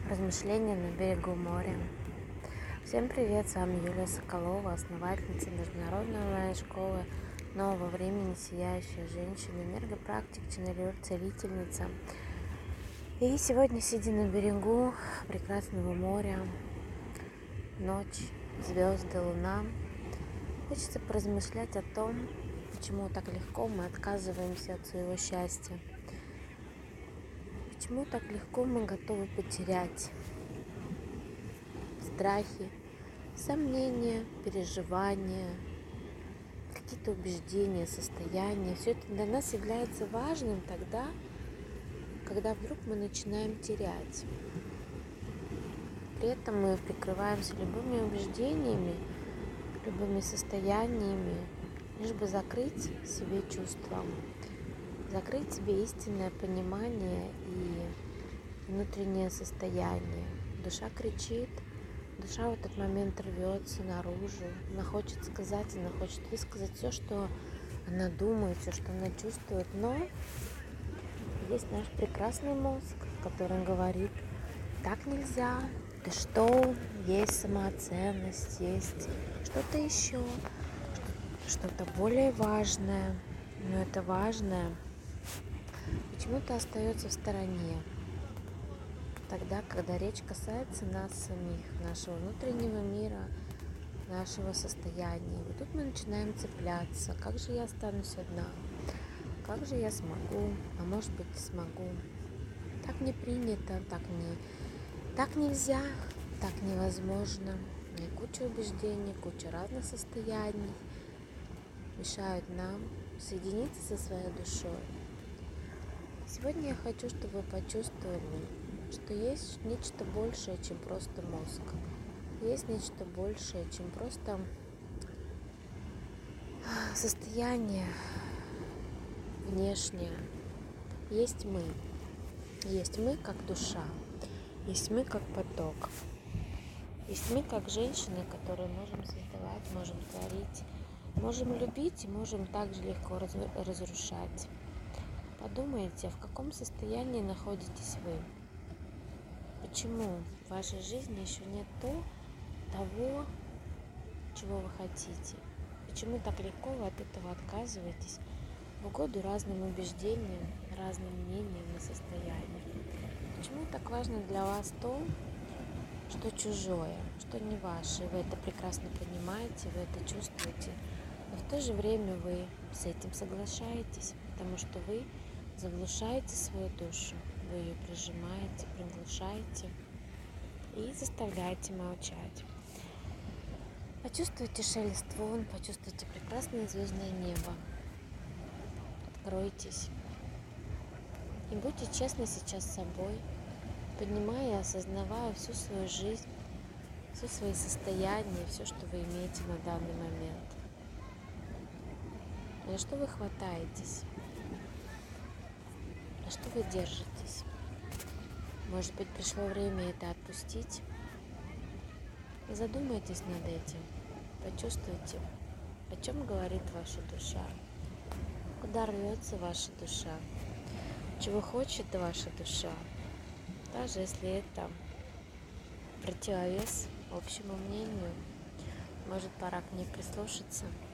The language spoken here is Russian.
Размышления на берегу моря. Всем привет, с вами Юлия Соколова, основательница международной онлайн-школы нового времени, сияющая женщина, энергопрактик, ченнелер, целительница. И сегодня, сидя на берегу прекрасного моря, ночь, звезды, луна, хочется поразмышлять о том, почему так легко мы отказываемся от своего счастья. Почему так легко мы готовы потерять страхи, сомнения, переживания, какие-то убеждения, состояния. Все это для нас является важным тогда, когда вдруг мы начинаем терять. При этом мы прикрываемся любыми убеждениями, любыми состояниями, лишь бы закрыть себе чувства, закрыть себе истинное понимание и внутреннее состояние. Душа кричит, душа в этот момент рвется наружу, она хочет сказать, она хочет высказать все, что она думает, все, что она чувствует, но есть наш прекрасный мозг, который говорит: так нельзя, ты что, есть самооценность, есть что-то еще, что-то более важное, но это важное почему-то остается в стороне. Тогда, когда речь касается нас самих, нашего внутреннего мира, нашего состояния. И тут мы начинаем цепляться. Как же я останусь одна? Как же я смогу? А может быть, не смогу? Так не принято, так нельзя, так невозможно. И куча убеждений, куча разных состояний мешают нам соединиться со своей душой. Сегодня я хочу, чтобы вы почувствовали, что есть нечто большее, чем просто мозг. Есть нечто большее, чем просто состояние внешнее. Есть мы. Есть мы как душа. Есть мы как поток. Есть мы как женщины, которые можем создавать, можем творить, можем любить и можем также легко разрушать. Подумайте, в каком состоянии находитесь вы? Почему в вашей жизни еще нет того, чего вы хотите? Почему так легко вы от этого отказываетесь в угоду разным убеждениям, разным мнениям и состояниям? Почему так важно для вас то, что чужое, что не ваше? Вы это прекрасно понимаете, вы это чувствуете, но в то же время вы с этим соглашаетесь, потому что вы заглушаете свою душу, вы ее прижимаете, приглушаете и заставляете молчать. Почувствуйте шелест волн, почувствуйте прекрасное звездное небо. Откройтесь и будьте честны сейчас с собой, понимая и осознавая всю свою жизнь, все свои состояния, все, что вы имеете на данный момент. На что вы хватаетесь? На что вы держитесь? Может быть, пришло время это отпустить? Задумайтесь над этим. Почувствуйте, о чем говорит ваша душа, куда рвется ваша душа, чего хочет ваша душа, даже если это противовес общему мнению. Может, пора к ней прислушаться.